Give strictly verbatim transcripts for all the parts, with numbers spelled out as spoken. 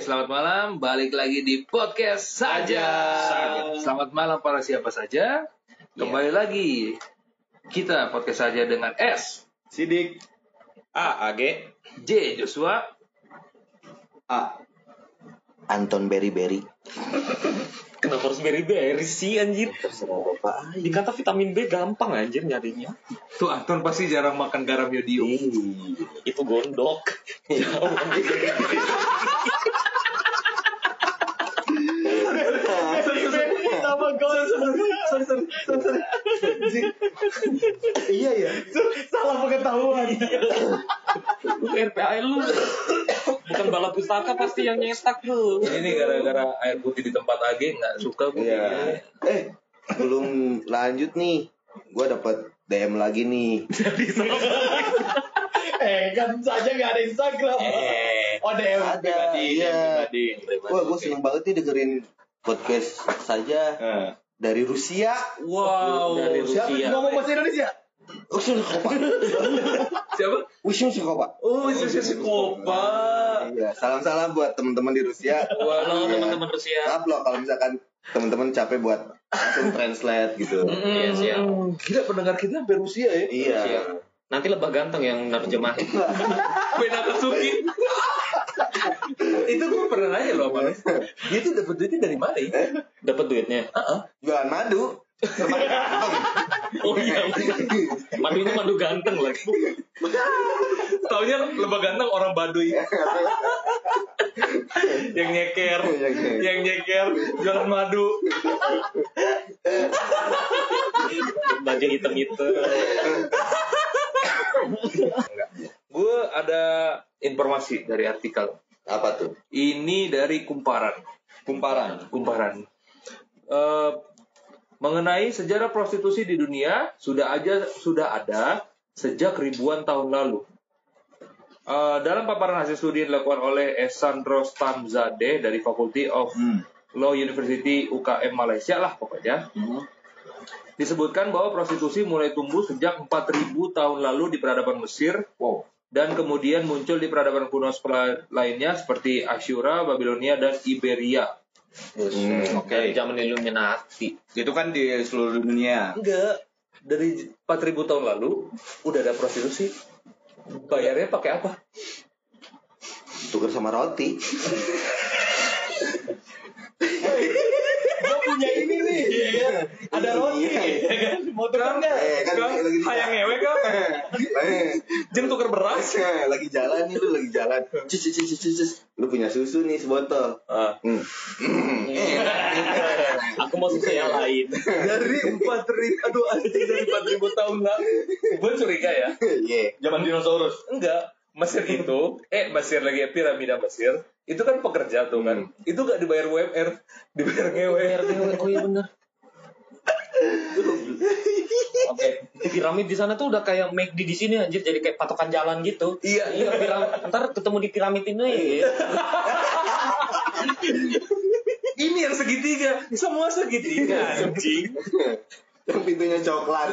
selamat malam. Balik lagi di podcast saja. Selamat malam para siapa saja. Kembali yeah. lagi kita podcast saja dengan S Sidik, A A G, J Joshua, A Anton Berry Berry. Kenapa harus berry-berry sih anjir? Terserah Bapak. Dikata vitamin B gampang anjir nyarinya. Tuh Anton pasti jarang makan garam yodium. Itu gondok. Jauh berry-berry. Sama gue sorry sorry sorry iya ya salah pengetahuan. Lu R P A lu bukan bala pustaka pasti yang nyetak lu. Ini gara-gara air putih di tempat A G nggak suka gue. Iya. Eh belum lanjut nih, gue dapat D M lagi nih. eh kan saja nggak ada Instagram. Eh, oh D M Ada. Iya. pribadi. Wah gue seneng banget nih dengerin podcast saja Eh. dari Rusia. Wow. Dari Siapa Rusia. ngomong bahasa Indonesia? Usul Kopa. Siapa? Usul Kopa. Oh, itu si Kopa. Iya, salam-salam buat teman-teman di Rusia. Halo Iya. teman-teman Rusia. Maaf loh kalau misalkan teman-teman capek buat langsung translate gitu. Iya siap. Gila pendengar kita hampir Rusia ya. Iya. Siap. Nanti lebah ganteng yang nerjemahin. Beda Kasuki. Itu gue pernah nanya loh sama dia tuh dapat duitnya dari mana ya? Dapat duitnya. Jualan madu. Oh iya. Madunya madu ganteng lagi. Taunya lebah ganteng orang Baduy. Yang nyeker, yang nyeker jualan madu. Baju hitam-hitam. Gue ada informasi dari artikel. Apa tuh? Ini dari Kumparan. Kumparan. Kumparan. Eh, mengenai sejarah prostitusi di dunia sudah aja sudah ada sejak ribuan tahun lalu. Uh, dalam paparan hasil studi yang dilakukan oleh Ehsan Rostamzadeh dari Faculty of Hmm. Law University U K M Malaysia lah pokoknya. Hmm. Disebutkan bahwa prostitusi mulai tumbuh sejak empat ribu tahun lalu di peradaban Mesir. Wow. Dan kemudian muncul di peradaban kuno lainnya seperti Asyura, Babilonia, dan Iberia. Hmm, Oke. Dari zaman Illuminati. Itu kan di seluruh dunia. Enggak, dari empat ribu tahun lalu udah ada prostitusi. Bayarnya pakai apa? Tuker sama roti. Gue punya ini nih. Iya. Ada roti. Iya. kan? Mau tukar nggak? Eh, kan Kang, lagi hayang ngewe kan? Eh, Jeng tuker beras. eh, lagi jalan nih lu lagi jalan. Cus cus cus cus, cus. Lu punya susu nih sebotol. Ah. Hmm. Aku mau susu yang lain. Dari empat ribu, aduh anjing dari empat ribu tahun lalu. Gue curiga ya. Iya. Zaman dinosaurus. Enggak, Mesir itu, eh Mesir lagi piramida Mesir, itu kan pekerja tuh kan. Itu gak dibayar U M R, dibayar ngewe. Oh iya benar. Oke, piramid di sana tuh udah kayak make di di sini anjir, jadi kayak patokan jalan gitu. Iya. Iya, piramid. Ntar ketemu di piramid ini. Ini yang segitiga, semua segitiga anjing. Yang pintunya coklat.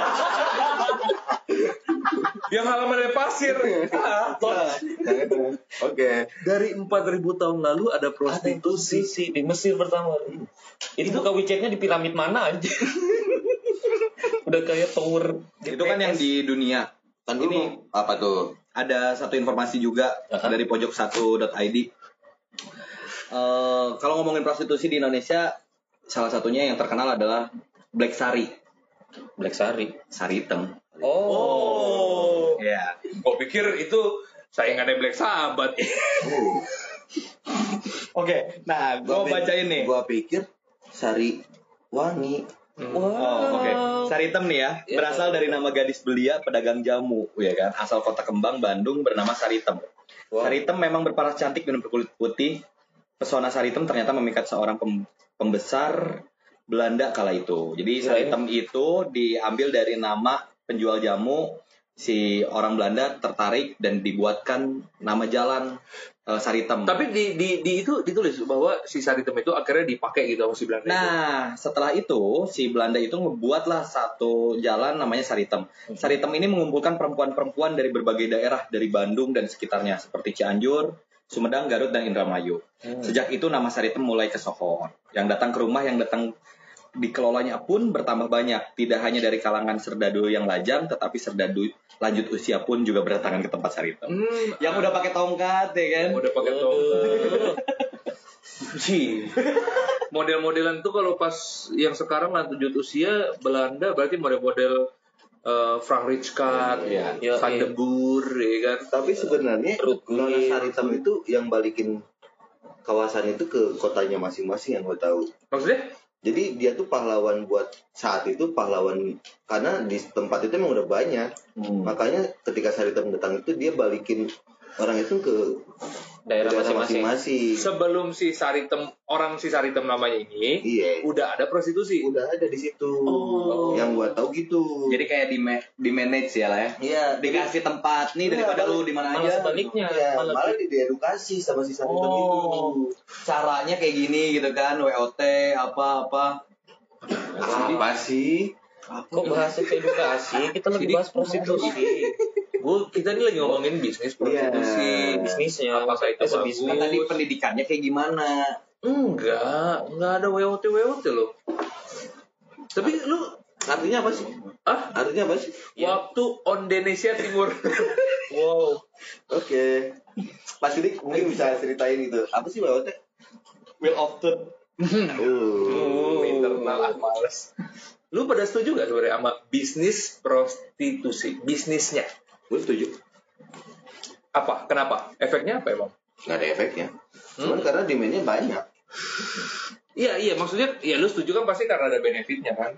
Yang halamannya pasir. Ah, Oke. dari empat ribu tahun lalu ada prostitusi. Prostitusi di Mesir pertama. Itu buka WeChat-nya di piramid mana aja? Udah kayak tower. Itu kan yang di dunia. Kan Ini ini apa tuh? ada satu informasi juga Aha. dari pojok satu dot i d. Eh, kalau ngomongin prostitusi di Indonesia, salah satunya yang terkenal adalah Black Sari, Black Sari. sari hitam. Oh. Ya. Gue pikir itu saingannya Black Sabbath. Oke. Nah, gue Gua pi- bacain nih. Gua pikir Sari Wangi. Wow. Oh, oke. Sari hitam nih ya, Ya. berasal dari nama gadis belia pedagang jamu, ya kan, asal Kota Kembang, Bandung, bernama Sari hitam. Wow. Sari hitam memang berparas cantik dan berkulit putih. Pesona Sari hitam ternyata memikat seorang pem- pembesar Belanda kala itu. Jadi Sari Kirain- hitam itu diambil dari nama penjual jamu. Si orang Belanda tertarik dan dibuatkan nama jalan uh, Sari hitam. Tapi di, di, di itu ditulis bahwa si sari hitam itu akhirnya dipakai gitu sama si Belanda. Nah, setelah itu si Belanda itu ngebuatlah satu jalan namanya Sari hitam. Sari hitam ini mengumpulkan perempuan-perempuan dari berbagai daerah dari Bandung dan sekitarnya seperti Cianjur, Sumedang, Garut, dan Indramayu. Hmm. Sejak itu nama Saritem mulai kesohor. Yang datang ke rumah, yang datang dikelolanya pun bertambah banyak. Tidak hanya dari kalangan serdadu yang lajang, tetapi serdadu lanjut usia pun juga berdatangan ke tempat Saritem. Hmm, Yang udah pakai tongkat ya kan? udah pakai tongkat. Sih. Model-modelan tuh kalau pas yang sekarang lanjut usia Belanda berarti model-model eh, Frank Rijkaard, Iya. Iya, Van iya. de Boer, ya kan. Tapi sebenarnya Perut gue. Nona Saritem itu yang balikin kawasan itu ke kotanya masing-masing yang gue tahu. Maksudnya? Jadi dia tuh pahlawan buat saat itu pahlawan karena di tempat itu emang udah banyak. Hmm. Makanya ketika Saritem datang itu dia balikin orang itu ke Daerah masing-masing. masing-masing. Sebelum si Saritem, orang si Saritem namanya ini, Iya. udah ada prostitusi. Udah ada di situ. Oh. Yang gua tahu gitu. Jadi kayak di, ma- di manage ya lah ya. Iya, Dikasih tempat nih Iya, daripada malah- lu di mana Malah aja. sebaliknya. ya, malah malah di diedukasi sama si Saritem Oh. itu. Caranya kayak gini gitu kan, W O T apa-apa. Apa sih? Kok bahas edukasi? Kita lagi Jadi- bahas prostitusi. Gua kita ini lagi ngomongin bisnis prostitusi. Iya. Bisnisnya. Apakah itu As a bagus? business. Kan tadi pendidikannya kayak gimana? Enggak, enggak ada W O T W O T loh. Tapi lu Artinya apa sih? ah Artinya apa sih? waktu Indonesia Timur. Wow. Oke. Pak Sidik mungkin bisa ceritain gitu. Apa sih W O T? Will of Truth. Uh. internal ah males. Lu pada setuju gak sebenarnya sama bisnis prostitusi? Bisnisnya Gue setuju. apa? Kenapa? Efeknya apa emang? Nggak ada efeknya. Cuman karena demandnya banyak. Iya iya maksudnya ya lu setuju kan pasti karena ada benefitnya kan?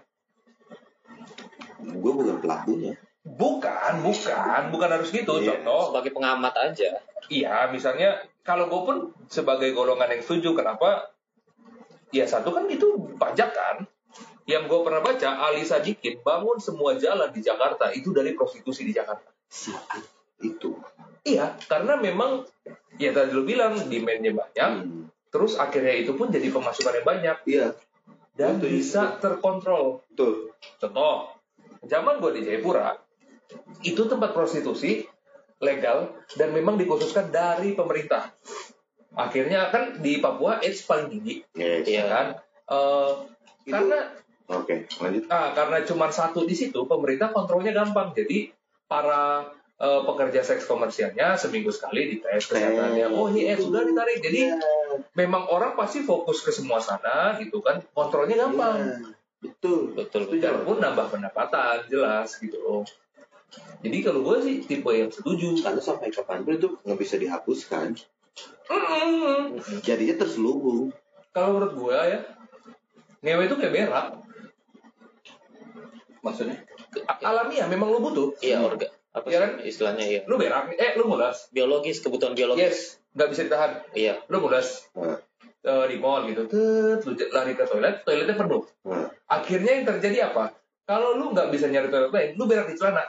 Gue bukan pelakunya. Bukan, bukan, bukan harus gitu. Iya. Contoh, Sebagai pengamat aja. iya misalnya kalau gue pun sebagai golongan yang setuju, kenapa? Ya satu kan itu pajak kan. Yang gue pernah baca, Ali Sadikin bangun semua jalan di Jakarta itu dari prostitusi di Jakarta. Saat itu. Iya, karena memang ya tadi lu bilang demandnya banyak, Hmm. terus akhirnya itu pun jadi pemasukan yang banyak Iya. dan Betul, bisa terkontrol. Betul. Contoh, zaman gue di Jayapura, itu tempat prostitusi legal dan memang dikhususkan dari pemerintah. Akhirnya kan di Papua AIDS paling tinggi, Yes. Iya. ya kan? Eh, Itu- karena Oke, lanjut. ah, karena cuma satu di situ, pemerintah kontrolnya gampang. Jadi para eh, pekerja seks komersialnya seminggu sekali dites kesehatannya. Oh ini AIDS sudah ditarik. Jadi Iya. memang orang pasti fokus ke semua sana gitu kan, kontrolnya gampang. Iya. Betul. Betul. Dan pun nambah pendapatan jelas gitu loh. Jadi kalau gue sih tipe yang setuju. Karena sampai kapanpun itu nggak bisa dihapuskan. Mm-mm. Jadinya terselubung. Kalau menurut gue ya, ngewe itu kayak berak. Maksudnya? A- alamiah, memang lo butuh. Iya, orga. Apa Iya sih kan? istilahnya iya. Lu berak, eh lu mulas. Biologis, kebutuhan biologis. Yes, nggak bisa ditahan. Iya. Lu mulas Nah, eh, di mall gitu, tet, lu j- lari ke toilet, toiletnya penuh. nah. Akhirnya yang terjadi apa? Kalau lu nggak bisa nyari toilet lain, lu berak di celana.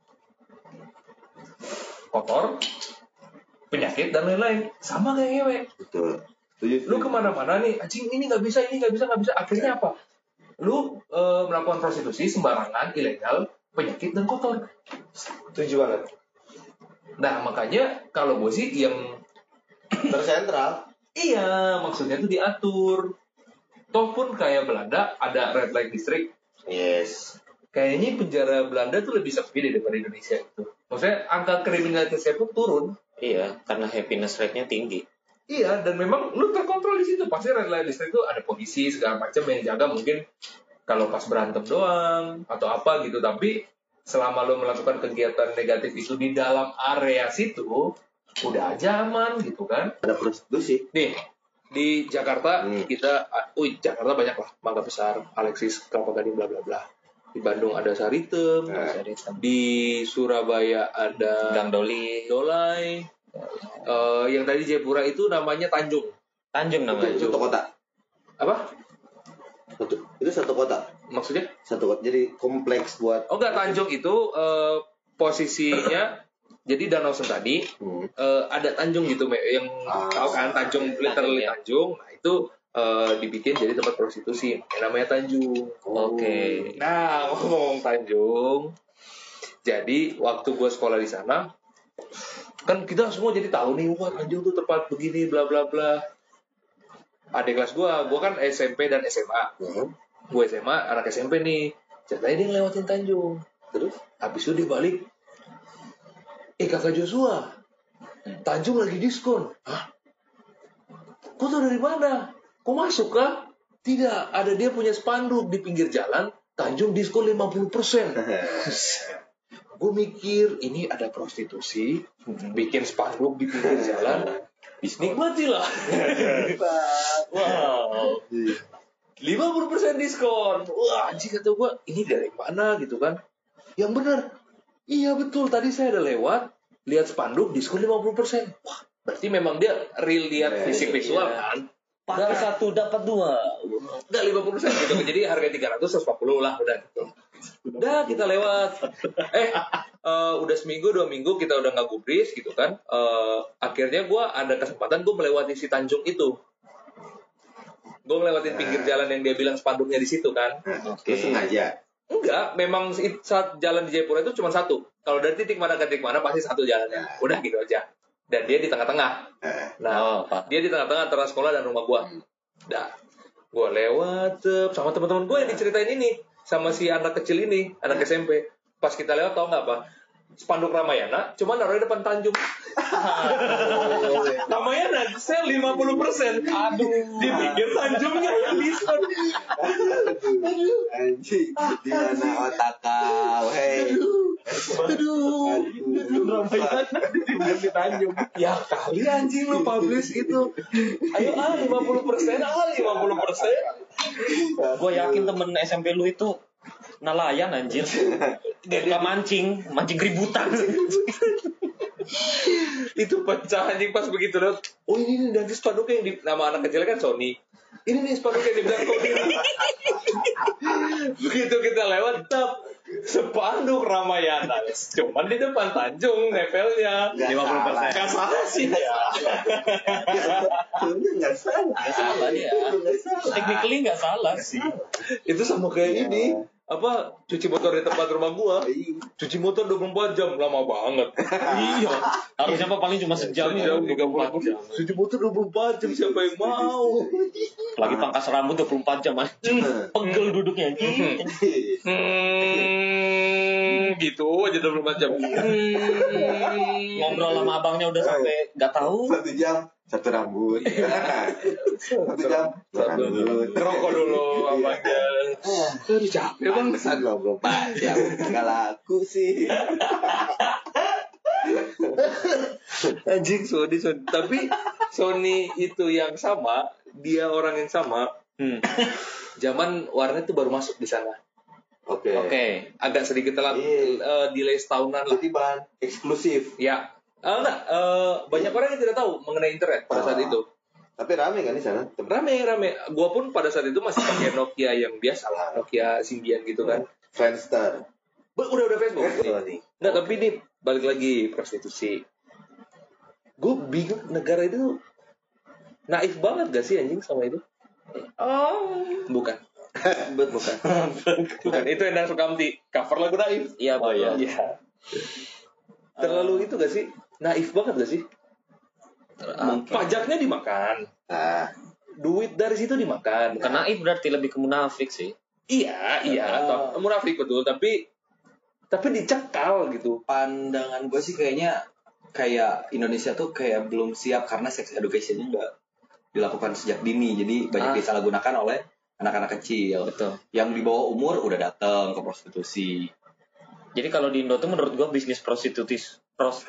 Kotor, penyakit dan lain-lain. Sama kayak ngewe. Betul. Setuju. Lu kemana-mana nih, anjing ini nggak bisa, ini nggak bisa, nggak bisa. Akhirnya apa? Lu eh, melakukan prostitusi sembarangan, ilegal, penyakit dan kotor. Setuju banget. Nah makanya kalau gue sih yang Tersentral. iya maksudnya tuh diatur. Toh pun kayak Belanda ada red light district. Yes. Kayaknya penjara Belanda tuh lebih sepi deh daripada Indonesia itu. Maksudnya angka kriminalitasnya pun turun. Iya, karena happiness rate-nya tinggi. Iya, dan memang lu terkontrol di situ. Pasti red light district itu ada polisi segala macam yang jaga mungkin kalau pas berantem doang atau apa gitu. Tapi selama lu melakukan kegiatan negatif itu di dalam area situ, udah aja aman gitu kan. Ada prostitusi. Nih, di Jakarta Hmm. kita, wih Jakarta banyak lah, Mangga Besar, Alexis, Kelapa Gading, bla bla bla. Di Bandung ada Saritem, Nah. di Surabaya ada Gang Doli. Dolai, Eh, yang tadi Jayapura itu namanya Tanjung. Tanjung Itu namanya. satu kota. Apa? Satu, itu satu kota. Maksudnya? Satu kota. Jadi kompleks buat. Oh enggak, Tanjung itu eh, posisinya jadi Danau Sentani Hmm. eh, ada Tanjung gitu, Me, yang Ah. tahu kan Tanjung, literally ya. Tanjung. Nah itu eh, dibikin jadi tempat prostitusi, yang namanya Tanjung. Oke. Nah, ngomong Tanjung. Jadi waktu gue sekolah di sana, Kan kita semua jadi tahu nih, wah Tanjung tuh tempat begini, bla bla bla. Adik kelas gue, gue kan S M P dan S M A. Hmm. Gue S M A, anak S M P nih. Ceritanya dia ngelewatin Tanjung. Terus habis itu dia balik. Eh kakak Joshua, Tanjung lagi diskon. Hah? Kau tau dari mana? Kau masuk kah? Tidak, ada dia punya spanduk di pinggir jalan. Tanjung diskon lima puluh persen. Gue mikir, ini ada prostitusi. Bikin spanduk di pinggir jalan. Nikmatilah. Wow. lima puluh persen diskon. Wah, anjing kata gue, ini dari mana gitu kan? Yang benar. Iya betul, tadi saya ada lewat, lihat spanduk diskon lima puluh persen. Wah, berarti memang dia real lihat fisik visual kan? Pakai satu dapat dua. Enggak lima puluh persen gitu. Jadi harga tiga ratus, seratus empat puluh lah udah gitu. Udah kita lewat. Eh, uh, udah seminggu, dua minggu kita udah nggak gubris gitu kan. Uh, akhirnya gue ada kesempatan gue melewati si Tanjung itu. Gue ngelewatin pinggir jalan yang dia bilang spanduknya di situ kan. Oke. Terus sengaja. Enggak, memang saat jalan di Jayapura itu cuma satu. Kalau dari titik mana ke titik mana pasti satu jalannya. Udah gitu aja. Dan dia di tengah-tengah. Nah, Oh, Pak. dia di tengah-tengah antara sekolah dan rumah gua. Dah. Gua lewat eh, sama teman-teman gue yang diceritain ini, sama si anak kecil ini, anak S M P. Pas kita lewat tau nggak apa? Spanduk Ramayana, cuma naruhnya depan Tanjung. Ramayana, saya lima puluh persen. Aduh. Di pinggir Tanjungnya yang diskon. Anjing, di mana otak kau? Hei. Aduh. Ramayana di Tanjung. Ya kali anjing lo publish itu. Ayo ah lima puluh persen, ah lima puluh persen. Gue yakin temen S M P lu itu nelayan anjir. Suka mancing, mancing keributan. Itu pecah anjing pas begitu loh. Oh ini nih nanti spanduknya yang di nama anak kecil kan Sony. Ini nih spanduknya yang dibilang Sony. Begitu kita lewat tap spanduk Ramayana. Cuman di depan Tanjung nepelnya Nggak lima puluh persen. salah. Gak salah sih ya. Sebenarnya nggak salah. Nggak salah dia. Nggak salah. Technically nggak salah sih. Itu sama kayak ini. Apa cuci motor di tempat rumah gua. Cuci motor dua puluh empat jam lama banget. Iya. Harusnya apa paling cuma sejam ya. Sejam tiga puluh empat jam. Cuci motor dua puluh empat jam siapa yang mau? Lagi pangkas rambut dua puluh empat jam anjing. Pegel duduknya anjing. Hmm, gitu aja dua puluh empat jam. Hmm. Ngobrol sama abangnya udah sampai nggak tahu. Satu jam, satu rambut. Satu jam, satu rambut. Ngerokok dulu apa aja. Aduh capek bang. Masa dua puluh empat jam nggak laku sih. Anjing Sony, Sony. Tapi Sony itu yang sama, dia orang yang sama. Hmm. Zaman warnet itu baru masuk di sana. Oke. Oke. Agak sedikit telat, Iya. eh, delay setahunan lah. Jadi bahan eksklusif. Ya, Eh, enggak, eh, banyak orang yang tidak tahu mengenai internet pada saat Ah. itu. Tapi rame kan di sana? Rame, rame. Gua pun pada saat itu masih pakai Nokia yang biasa lah, Nokia Symbian gitu kan. Friendster. Ba- Udah udah Facebook. Oh, nih. Nggak, tapi ini balik lagi prostitusi. Gue bingung negara itu naif banget gak sih anjing sama itu? Oh. Bukan. Bukan. Bukan. Itu Endang Sukamti. Cover lagu naif. Iya, Oh iya. iya. Terlalu itu gak sih? Naif banget gak sih? Pajaknya dimakan. Ah, Duit dari situ dimakan. Bukan naif berarti lebih ke munafik sih. Iya, iya. Ah. Munafik betul. Tapi tapi dicekal gitu. Pandangan gue sih kayaknya kayak Indonesia tuh kayak belum siap karena sex education-nya nggak dilakukan sejak dini. Jadi banyak Ah. disalahgunakan oleh anak-anak kecil. Betul. Yang di bawah umur udah datang ke prostitusi. Jadi kalau di Indo tuh menurut gua bisnis prostitutis pros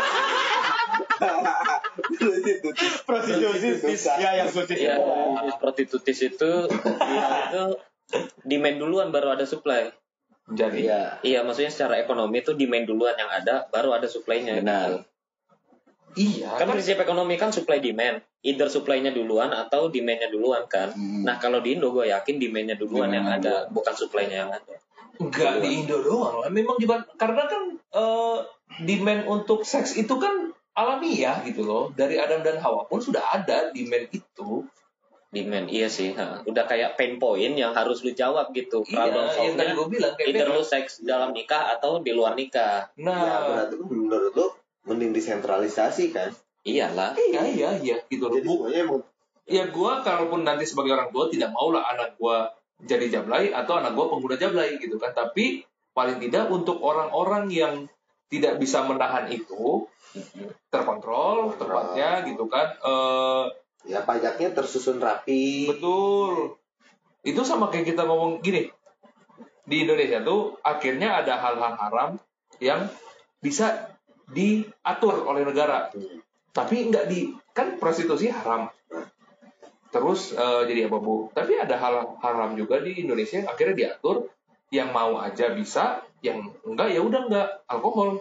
Prostitusi. Ya yang suci. ya, bisnis prostitutis itu dia itu demand duluan baru ada supply. Jadi Iya. Iya, maksudnya secara ekonomi tuh demand duluan yang ada baru ada supply-nya. Benar. iya. Kan Kan prinsip ekonomi kan supply demand. Either supply-nya duluan atau demand-nya duluan kan. Hmm. Nah, kalau di Indo gue yakin demand-nya duluan yang Demand-nya ada, bukan supply-nya yang ada. Enggak di Indo doang lah. Memang juga karena kan eh, demand untuk seks itu kan alamiah gitu loh. Dari Adam dan Hawa pun sudah ada demand itu. Demand, iya sih. Ha. Udah kayak pain point yang harus lu jawab gitu. Problem Iya, yang tadi solve-nya gue bilang kayak either gitu. lu seks dalam nikah atau di luar nikah. ya Nah, berarti menurut lu mending desentralisasi kan. Iyalah. Iya, iya, iya, gitu loh. Jadi semuanya emang Ya gua kalaupun nanti sebagai orang tua tidak maulah anak gua jadi jablay atau anak gua pengguna jablay gitu kan. Tapi paling tidak untuk orang-orang yang tidak bisa menahan itu terkontrol tempatnya gitu kan. Eh ya pajaknya tersusun rapi. betul. Itu sama kayak kita ngomong gini. Di Indonesia tuh akhirnya ada hal-hal haram yang bisa diatur oleh negara. Tapi nggak di kan prostitusi haram. Terus eh, jadi apa Bu? Tapi ada hal haram juga di Indonesia yang akhirnya diatur, yang mau aja bisa, yang enggak ya udah enggak. Alkohol,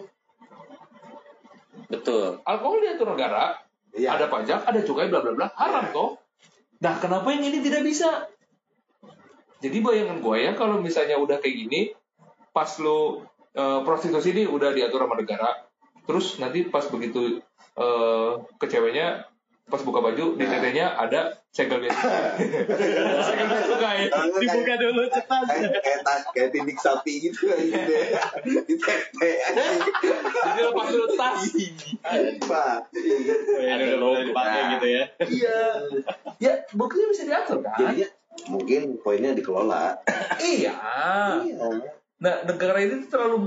Betul. alkohol diatur negara, Iya. ada pajak, ada cukai, bla bla bla, haram toh. Nah kenapa yang ini tidak bisa? Jadi bayangan gue ya kalau misalnya udah kayak gini, pas lo eh, prostitusi ini udah diatur sama negara, terus nanti pas begitu eh, ke ceweknya pas buka baju di tetenya ada segel biasa. Segel biasa cukai. Dibuka dulu cepat. Kayak kayak tas kayak tindik sapi gitu aja deh. Di tete. Jadi lepas dulu tas. Pak. Ini udah mau dipakai gitu ya. Iya. Ya buktinya bisa diatur kan? Jadinya mungkin poinnya dikelola. Iya. Iya. Nah negara ini tuh terlalu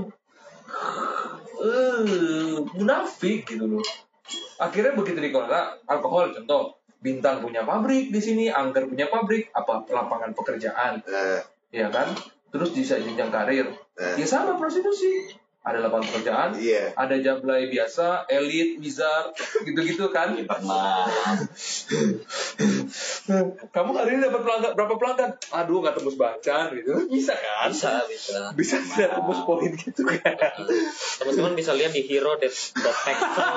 eh munafik gitu loh. Akhirnya begitu dikelola alkohol contoh Bintang punya pabrik di sini, Angger punya pabrik, apa lapangan pekerjaan, Nah, ya kan? Terus bisa jenjang karir. nah. Ya sama prostitusi. Ada lapangan pekerjaan, Iya. ada jablay biasa, elit, wizard, gitu-gitu kan? Pernah. Kamu hari ini dapat pelanggan berapa pelanggan? Aduh, nggak tembus bacaan gitu. Bisa kan? Bisa, bisa. Bisa tidak tembus poin gitu kan? Teman-teman bisa lihat di hero dot tech.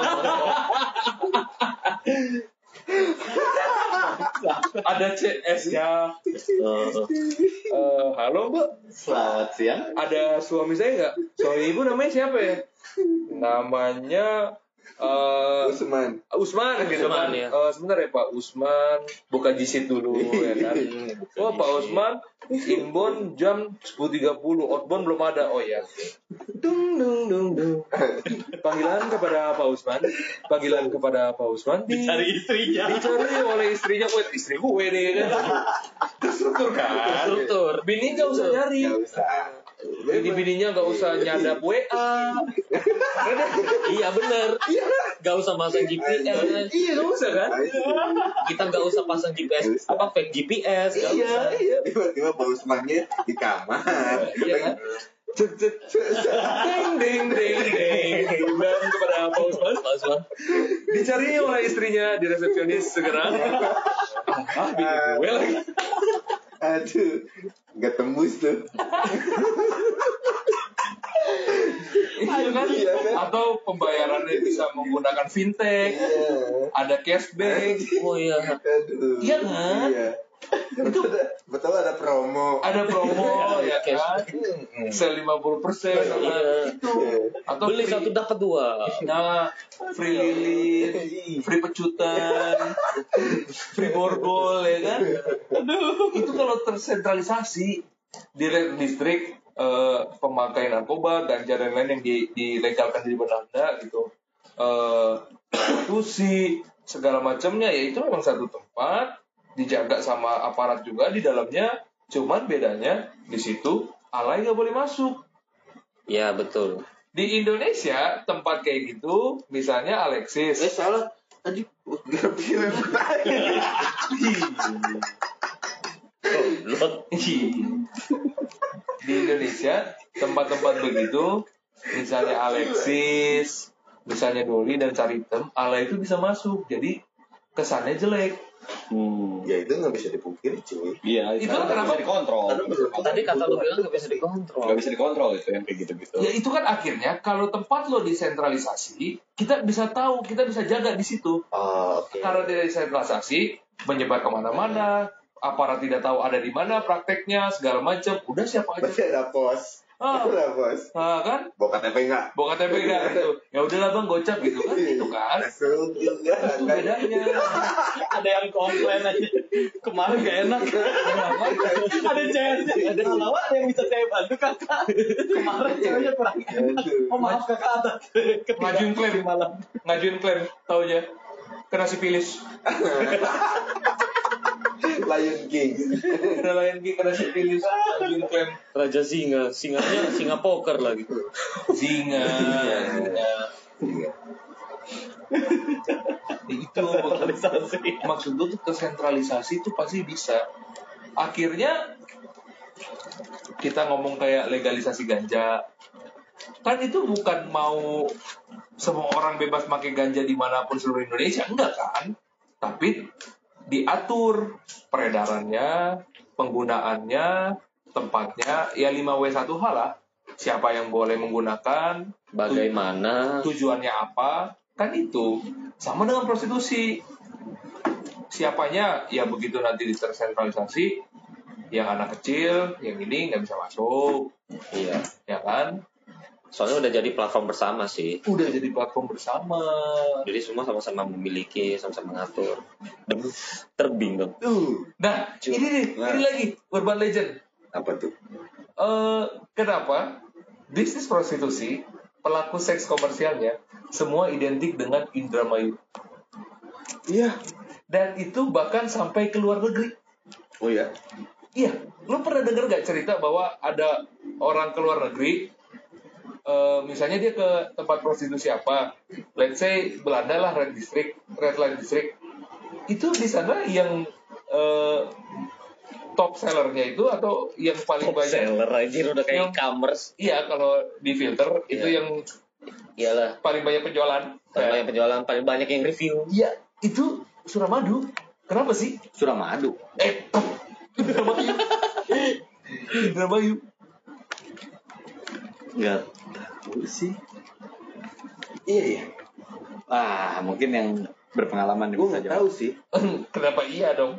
Ada C S-nya. Eh, halo Mbak, Selamat siang. ada suami saya nggak? Suami ibu namanya siapa ya? Namanya eh Usman. Usman gitu Usman, kan. ya. Eh, sebentar ya Pak Usman, buka jisit dulu ya kan. Oh Pak Usman, inbound jam sepuluh tiga puluh, outbound belum ada. Oh ya. Dung dung dung dung. Panggilan kepada Pak Usman, panggilan kepada Pak Usman di Cari istrinya. dicari oleh istrinya. Wait, istri gue deh kan. Terstruktur kan. Struktur. Bini nggak usah nyari. Gak usah. Bini bininya nggak usah nyadap W A. Iya bener. Gak usah pasang G P S. Iya nggak usah kan? Kita gak usah pasang G P S. Apa fake G P S? Gak Iya usah. iya. Tiba-tiba Pak Usmannya di kamar. Iya kan? Cek cek cek. Ding ding ding ding. Dan kepada Pak Usman, Pak Usman. dicari oleh istrinya di resepsionis segera. Ah, bini gue lagi. Aduh, nggak tembus tuh. Iya kan? Iya kan? Atau pembayarannya bisa menggunakan fintech, Iya. ada cashback. Oh iya. Aduh. Iya kan? Iya. Betul, betul ada promo. Ada promo ya kan? Sel lima puluh persen Iya. itu. Atau Beli free- satu dapat dua. Nah, free lilin, free pecutan, free borgol ya kan? Aduh, itu kalau tersentralisasi di red district eh, pemakaian narkoba, ganja dan lain yang di, dilegalkan di Belanda gitu, eh prostitusi segala macamnya ya itu memang satu tempat dijaga sama aparat juga di dalamnya. Cuman bedanya di situ alay nggak boleh masuk. Ya betul. Di Indonesia tempat kayak gitu misalnya Alexis. Eh salah. Tadi kira-kira Lot. Di Indonesia tempat-tempat begitu misalnya Alexis, misalnya Doli dan Caritem, alay itu bisa masuk. Jadi kesannya jelek. Hmm. ya itu nggak bisa dipungkiri cuy. Iya, Itu karena nggak kenapa- bisa dikontrol. Tadi kata lu bilang gak bisa dikontrol. Nggak bisa dikontrol itu yang kayak gitu-gitu. Ya itu kan akhirnya kalau tempat lo desentralisasi, kita bisa tahu, kita bisa jaga di situ. Oh, oke. Karena tidak desentralisasi, menyebar kemana-mana, aparat tidak tahu ada di mana prakteknya, segala macam. Udah siapa aja. Berarti ada pos. Ah, Udah bos. ah, kan? Bawa K T P enggak? Bawa K T P enggak gitu. Ya udahlah Bang, gocap gitu kan. Itu kan. Masuk juga. Itu bedanya. Ada yang komplain aja. Kemarin gak enak. Ada ceweknya. Ada alawa ada yang bisa saya bantu kakak. Kemarin ceweknya kurang enak. Oh maaf kakak ada. Ngajuin klaim malam. Ngajuin klaim taunya. Kena sipilis. Lion King. Kena Lion King, kena sipilis. Ngajuin klaim. Raja singa, singanya singa poker lagi. Singa. Singa. Itu Sentralisasi. maksud gue tuh kesentralisasi itu pasti bisa. Akhirnya kita ngomong kayak legalisasi ganja, kan itu bukan mau semua orang bebas pakai ganja dimanapun seluruh Indonesia, enggak kan? Tapi diatur peredarannya, penggunaannya, tempatnya, ya lima W satu H lah. Siapa yang boleh menggunakan, Bagaimana? tujuannya apa, kan itu. Sama dengan prostitusi. Siapanya, ya begitu nanti tersentralisasi, yang anak kecil, yang ini nggak bisa masuk, Iya. ya kan? Soalnya udah jadi platform bersama sih. Udah jadi platform bersama. Jadi semua sama-sama memiliki, sama-sama mengatur. Dan terbing dong. Tuh. Nah, ini nih, ini lagi urban legend. Apa tuh? Eh, kenapa bisnis prostitusi, pelaku seks komersialnya semua identik dengan Indramayu. Iya. Dan itu bahkan sampai ke luar negeri. Oh ya. Iya, lu pernah dengar gak cerita bahwa ada orang ke luar negeri, eh, misalnya dia ke tempat prostitusi apa, let's say Belanda lah, Red District, Red Light District, itu di sana yang eh, top sellernya itu atau yang paling Top banyak? seller anjir udah kayak Yang- e-commerce. Iya, kalau di filter itu Iya. yang Iyalah. paling banyak penjualan. Paling banyak penjualan, paling banyak yang review. Iya, itu Suramadu. Kenapa sih? Suramadu. Eh, Indramayu. Indramayu. Enggak tahu sih. Iya ya. Ah, mungkin yang berpengalaman Gue nggak tahu sih. Kenapa iya dong?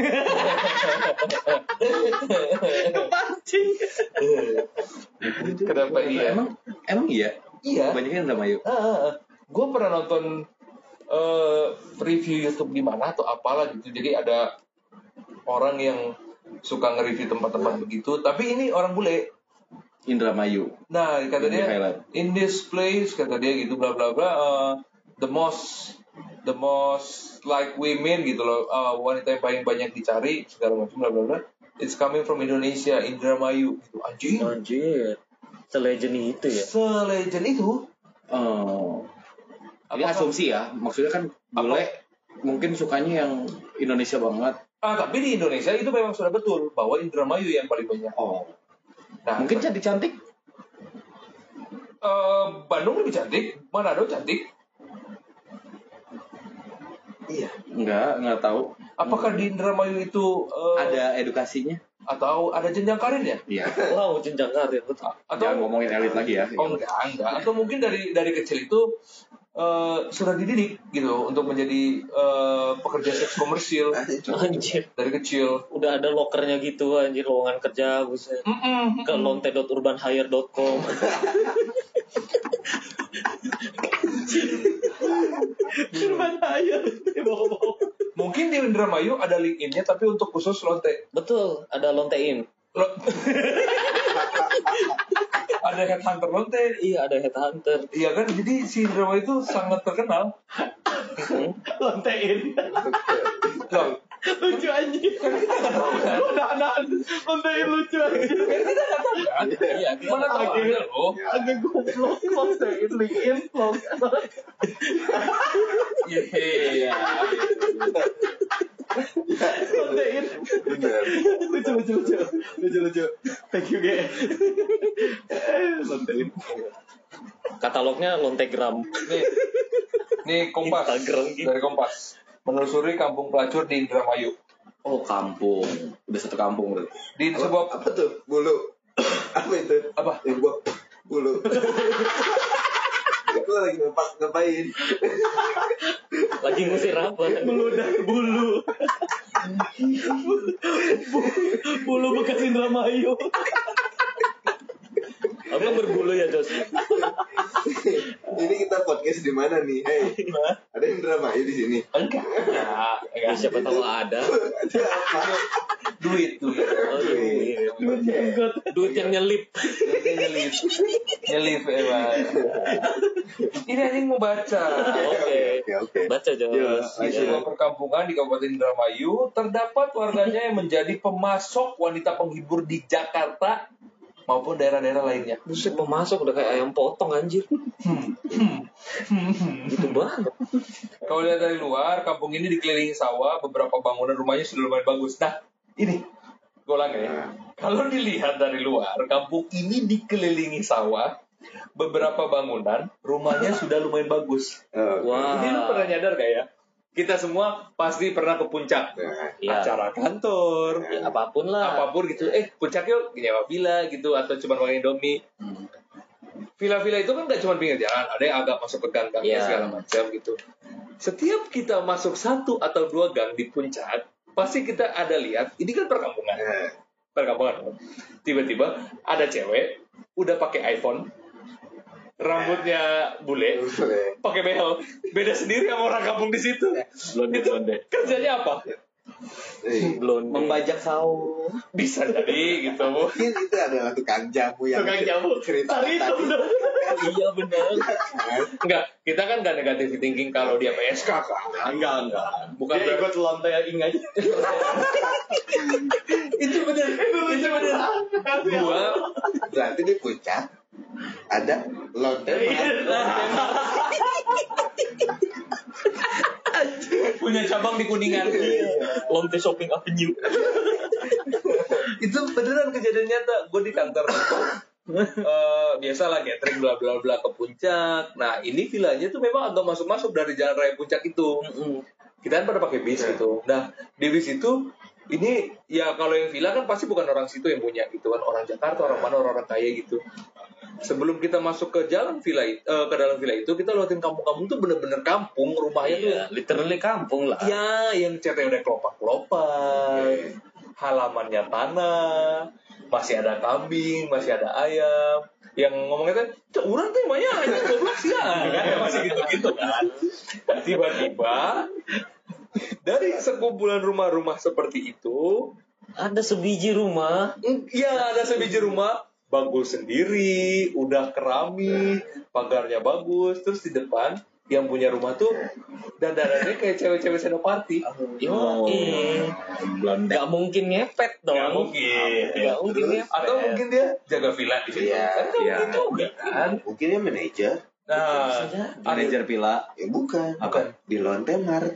Kepancing. Kenapa iya? Emang emang iya. Iya. Banyaknya Indramayu. Ah, gue pernah nonton eh, review YouTube di mana atau apalah gitu. Jadi ada orang yang suka nge-review tempat-tempat begitu. Tapi ini orang bule. Indramayu. Nah, kata Yang di dia, highlight. in this place, kata dia gitu, bla bla bla. uh, the most, the most like women gitu loh. Uh, wanita yang paling banyak dicari segala macam bla bla bla. It's coming from Indonesia, Indramayu. Gitu. Anjing. Anjir. Se-legend itu ya. Se-legend itu. Oh. Ini Apakah- asumsi ya. Maksudnya kan bule mungkin sukanya yang Indonesia banget. Ah, tapi di Indonesia itu memang sudah betul bahwa Indramayu yang paling banyak. Oh. Nah, Mungkin cantik-cantik. eh, Bandung lebih cantik, Manado cantik. Iya. Enggak, enggak tahu. Apakah di Indramayu itu eh, Ada edukasinya? atau ada jenjang karirnya? Iya. Wow, jenjang karir betul. Atau Jangan ngomongin elit lagi ya. oh enggak, enggak. Atau mungkin dari dari kecil itu eh, sudah dididik gitu untuk menjadi eh, pekerja seks komersil Anjir. dari kecil. Udah ada lokernya gitu anjir, lowongan kerja buset. Mm-mm. Ke lonte dot urban hire dot com. Urban Hire. Bawa-bawa. Mungkin di Indramayu ada LinkedIn-nya tapi untuk khusus lonte. Betul, ada lontein. Lo- ada headhunter lonte. Iya, ada headhunter. Iya kan, jadi si Indramayu itu sangat terkenal. Lontein. Loh, Lucu anjir. Udah nahan. Lontein lucu anjir. kan? Iya, mana tahu ada loh. Agak goblok lontein LinkedIn vlog. Iya. Lontein. Bener. Lucu lucu lucu. Lucu lucu. Thank you, Ge. Lontein. Katalognya lontegram. Nih, nih Kompas Instagram gitu. dari Kompas menelusuri kampung pelacur di Indramayu. Oh, kampung. Udah satu kampung berarti. Di sebuah Apa tuh? Bulu. Apa itu? apa? Yang gua bulu. Gue lagi ngapa ngapain? Lagi ngusir apa? Meludah bulu. Bulu bekas Indramayu. Abang berbulu ya, Jos. Ini kita podcast di mana nih? Hey, ada yang drama ya di sini? Enggak. Ya, Ya, siapa tahu ada. Ada apa? duit, duit. Oh, duit. Duit yang nyelip. Nyelip. Nyelip emang. Ini anjing mau baca. Oke. Oke, oke. Baca, Jos. Di sebuah perkampungan di Kabupaten Indramayu terdapat warganya yang menjadi pemasok wanita penghibur di Jakarta maupun daerah-daerah lainnya. Buset, pemasok udah kayak ayam potong anjir. Gitu banget. Kalau lihat dari luar, kampung ini dikelilingi sawah, beberapa bangunan rumahnya sudah lumayan bagus. Nah, ini gue ulang ya. Kalau dilihat dari luar, kampung ini dikelilingi sawah, beberapa bangunan rumahnya sudah lumayan bagus. Wah. Ini lu pernah nyadar gak ya? Kita semua pasti pernah ke puncak. Ya. Acara kantor, Ya, apapun lah. apapun gitu. Eh, puncak yuk, nyewa villa gitu, atau cuma makan Indomie. Villa-villa itu kan gak cuma pinggir jalan, ada yang agak masuk ke gang-gangnya Ya. segala macam gitu. Setiap kita masuk satu atau dua gang di puncak, pasti kita ada lihat, ini kan perkampungan. Perkampungan. Tiba-tiba ada cewek, udah pakai iPhone, rambutnya bule, pakai behel, beda sendiri sama orang kampung di situ. Blonde, Itu blonde. kerjanya apa? Blonde. Membajak saung. Bisa jadi gitu. Mungkin itu adalah tukang jamu yang Tukang jamu. cerita Tadi itu tadi. bener. Iya benar. Enggak, kita kan nggak negatif thinking kalau dia P S K kan. Enggak, enggak. Bukan Dia berarti- ikut lontai ing aja. itu bener, itu bener. Gua Berarti di puncak ada lonte punya cabang di Kuningan. Lonte Shopping Avenue. Itu beneran kejadian nyata. Gue di kantor eh biasalah gathering bla bla bla ke puncak. Nah ini villanya tuh memang agak masuk masuk dari jalan raya puncak itu. Kita kan pada pakai bis gitu. Nah di bis itu ini ya kalau yang villa kan pasti bukan orang situ yang punya gitu kan, orang Jakarta, orang mana, orang, -orang kaya gitu. Sebelum kita masuk ke jalan villa it- eh, ke dalam villa itu kita lewatin kampung-kampung tuh bener-bener kampung, rumahnya tuh Iya, literally kampung lah. ya yang catnya udah kelopak-kelopak, halamannya tanah, masih ada kambing, masih ada ayam. Yang ngomongnya kan, "Cak, urang teh mah ya hanya goblok sih ya." Kan masih gitu-gitu kan. Tiba-tiba dari sekumpulan rumah-rumah seperti itu, Ada sebiji rumah. ya ada sebiji rumah bagus sendiri, udah keramik, pagarnya bagus, terus di depan yang punya rumah tuh dandanannya kayak cewek-cewek senoparty. Yo, nggak mungkin ngepet dong. Nggak mungkin. Nggak mungkin ngepet. Atau mungkin dia jaga villa di situ. Iya, Kan nggak iya. mungkin juga kan. mungkin dia manajer. Nah, Manajer villa. Ya bukan. Bukan. Di lonte mart.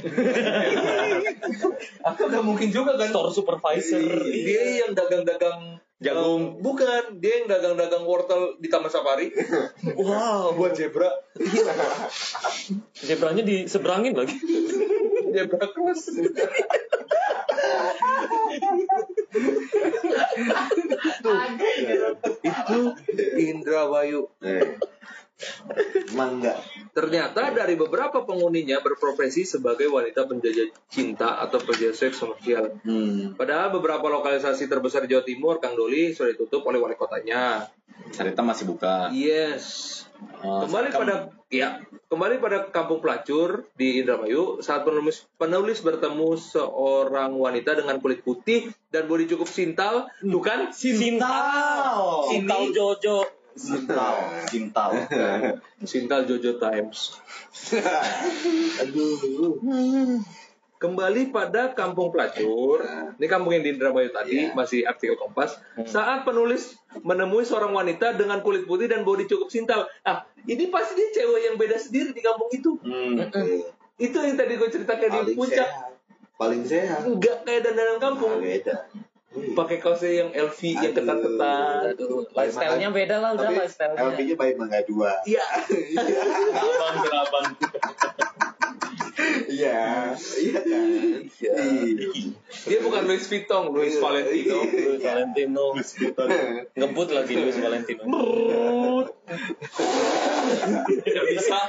atau nggak mungkin juga kan. Store supervisor. Dia yang dagang-dagang jagung. Bukan, dia yang dagang-dagang wortel di Taman Safari. Wow, Buat zebra. zebranya diseberangin lagi. Zebra cross. Tuh, itu Indramayu. Eh. Emang enggak. Ternyata dari beberapa penghuninya berprofesi sebagai wanita penjajah cinta atau penjajah seks komersial. Hmm. Padahal beberapa lokalisasi terbesar di Jawa Timur, Kang Doli, sudah ditutup oleh wali kotanya. Sarita masih buka. Yes. Oh, Kembali Sarita- pada ya, kembali pada Kampung Pelacur di Indramayu, saat penulis penulis bertemu seorang wanita dengan kulit putih dan bodi cukup sintal, tuh kan? Sintal. Sintal Jojo. Sintal. Sintal. Sintal Jojo Times. Aduh. Kembali pada Kampung Pelacur, ini kampung yang di Indramayu tadi, Iya. masih artikel Kompas. Saat penulis menemui seorang wanita dengan kulit putih dan bodi cukup sintal. Ah, ini pasti dia cewek yang beda sendiri di kampung itu. Hmm. Itu yang tadi gue ceritakan di Paling puncak. sehat. Paling sehat. Enggak kayak dandanan kampung. Nah, beda. Pakai kaosnya yang L V yang Aduh. ketat-ketat. Aduh, lifestyle-nya beda lah udah Tapi lifestyle-nya. L V-nya baik mangga dua. Iya. Abang berabang. Iya, iya kan. Iya. Dia bukan Louis Vuitton, Louis Valentino. Luis Valentino. Ngebut lagi Luis Valentino. Tidak bisa.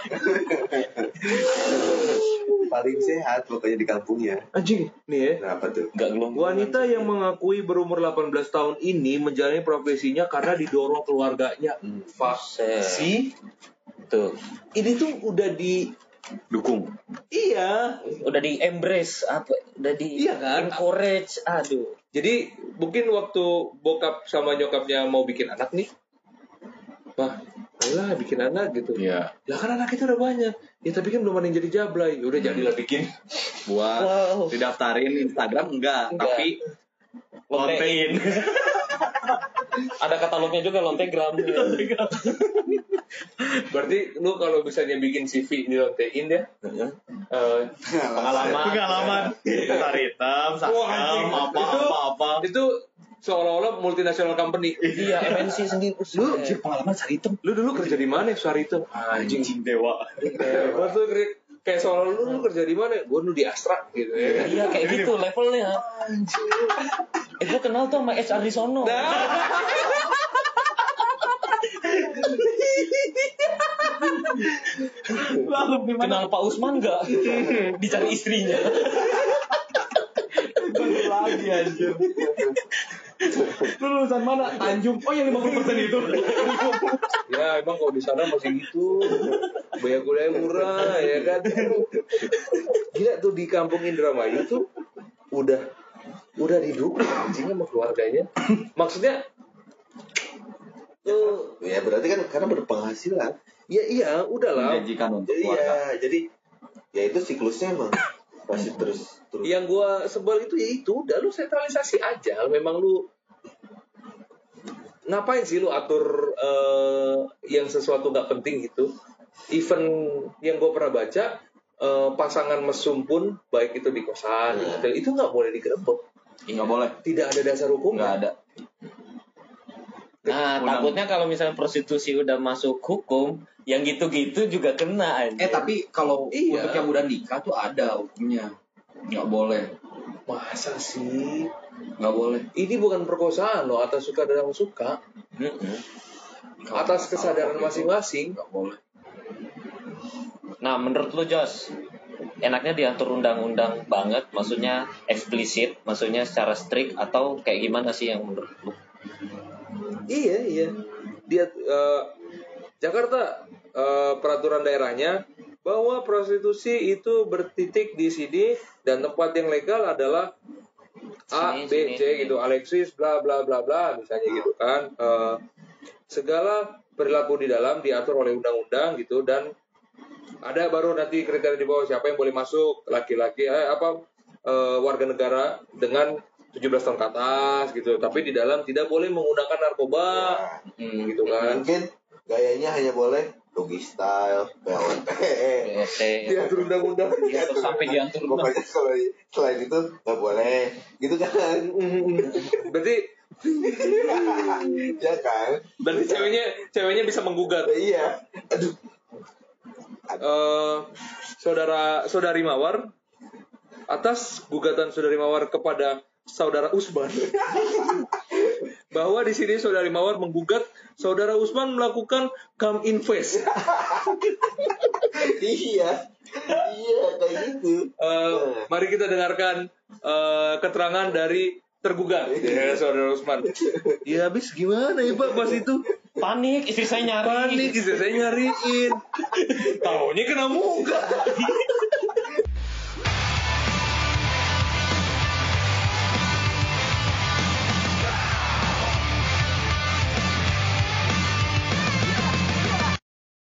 Paling sehat pokoknya di kampungnya. Anjing, nih ya. Nah, apa tuh? Enggak gelong. Wanita yang mengakui berumur delapan belas tahun ini menjalani profesinya karena didorong keluarganya. Fase. Si, Tuh. ini tuh udah di Dukung. iya. Udah di embrace apa? Udah di Iya kan? encourage. Aduh. Jadi mungkin waktu bokap sama nyokapnya mau bikin anak nih, wah, ayolah bikin anak gitu. Iya. Lah kan anak itu udah banyak. Ya tapi kan belum ada yang jadi jablay. Udah jadilah bikin. Buat Wow. didaftarin Instagram enggak, Enggak. tapi Lontein. Ada katalognya juga Lontegram. Berarti lu kalau misalnya bikin C V di Lontein ya, eh, Pengalaman. pengalaman tar hitam, Wah, anjing. sakam, apa Itu- apa apa. itu seolah-olah multinational company. Iya, M N C sendiri. Lu, Buset. Pengalaman sari hitam. lu dulu kerja di mana Sarito? Anjing. Anjing dewa. Hebat tuh kerja- kayak seolah lu, lu kerja di mana? Gua dulu di Astra gitu ya. Iya kayak gitu levelnya. Eh gue kenal tuh sama H R di sono. Lalu Kenal Pak Usman nggak? Dicari istrinya. lagi anjir. Lu lulusan mana? Tanjung. Oh yang lima puluh persen itu. Ya emang kalau di sana masih gitu, bayar kuliah murah ya kan. Gila tuh di kampung Indramayu tuh udah udah didukung anjing sama keluarganya. Maksudnya tuh Ya berarti kan karena berpenghasilan. ya iya udahlah. Menjanjikan untuk Jadi keluarga. ya, jadi ya itu siklusnya emang masih terus terus. Yang gua sebel itu ya itu udah lu sentralisasi aja. Memang lu ngapain sih lu atur eh, yang sesuatu nggak penting gitu. Even yang gue pernah baca eh, pasangan mesum pun baik itu di kosan di hotel, itu nggak boleh digerebek. Nggak boleh. Tidak ada dasar hukum. Nggak ada. Nah, Undang. takutnya kalau misalnya prostitusi udah masuk hukum, yang gitu-gitu juga kena aja. Eh tapi kalau Iya. untuk yang udah nikah tuh ada hukumnya. Nggak boleh. Masa sih? Nggak boleh. Ini bukan perkosaan loh, atas suka dan suka, Mm-mm. atas kesadaran Kalau itu masing-masing. Nggak boleh. Nah, menurut lu Jos, enaknya diatur undang-undang banget, maksudnya eksplisit, maksudnya secara strict atau kayak gimana sih yang menurut lu? Iya iya. Dia eh, Jakarta eh, peraturan daerahnya bahwa prostitusi itu bertitik di sini dan tempat yang legal adalah A, Sini, B, sini, C sini. gitu, Alexis, bla bla bla bla, misalnya gitu kan. Eh, segala perilaku di dalam diatur oleh undang-undang gitu dan ada baru nanti kriteria di bawah siapa yang boleh masuk, laki-laki, eh, apa eh, warga negara dengan tujuh belas tahun ke atas gitu, tapi di dalam tidak boleh menggunakan narkoba, Hmm. gitu kan. Mungkin gayanya hanya boleh doggy style, B O T. B O T. Diatur undang-undang. Diatur sampai diatur undang. Pokoknya kalau selain itu nggak boleh, gitu kan? Berarti Ya kan? berarti ceweknya ceweknya bisa menggugat. Iya. Aduh. Eh, saudara saudari Mawar atas gugatan saudari Mawar kepada saudara Usman bahwa di sini saudari Mawar menggugat saudara Usman melakukan come invest. Iya. Iya kayak gitu. Eh, mari kita dengarkan eh, keterangan dari tergugat ya saudara Usman. Ya habis gimana ya Pak pas itu? Panik, istri saya nyari. Panik, istri saya nyariin. Taunya kena muka.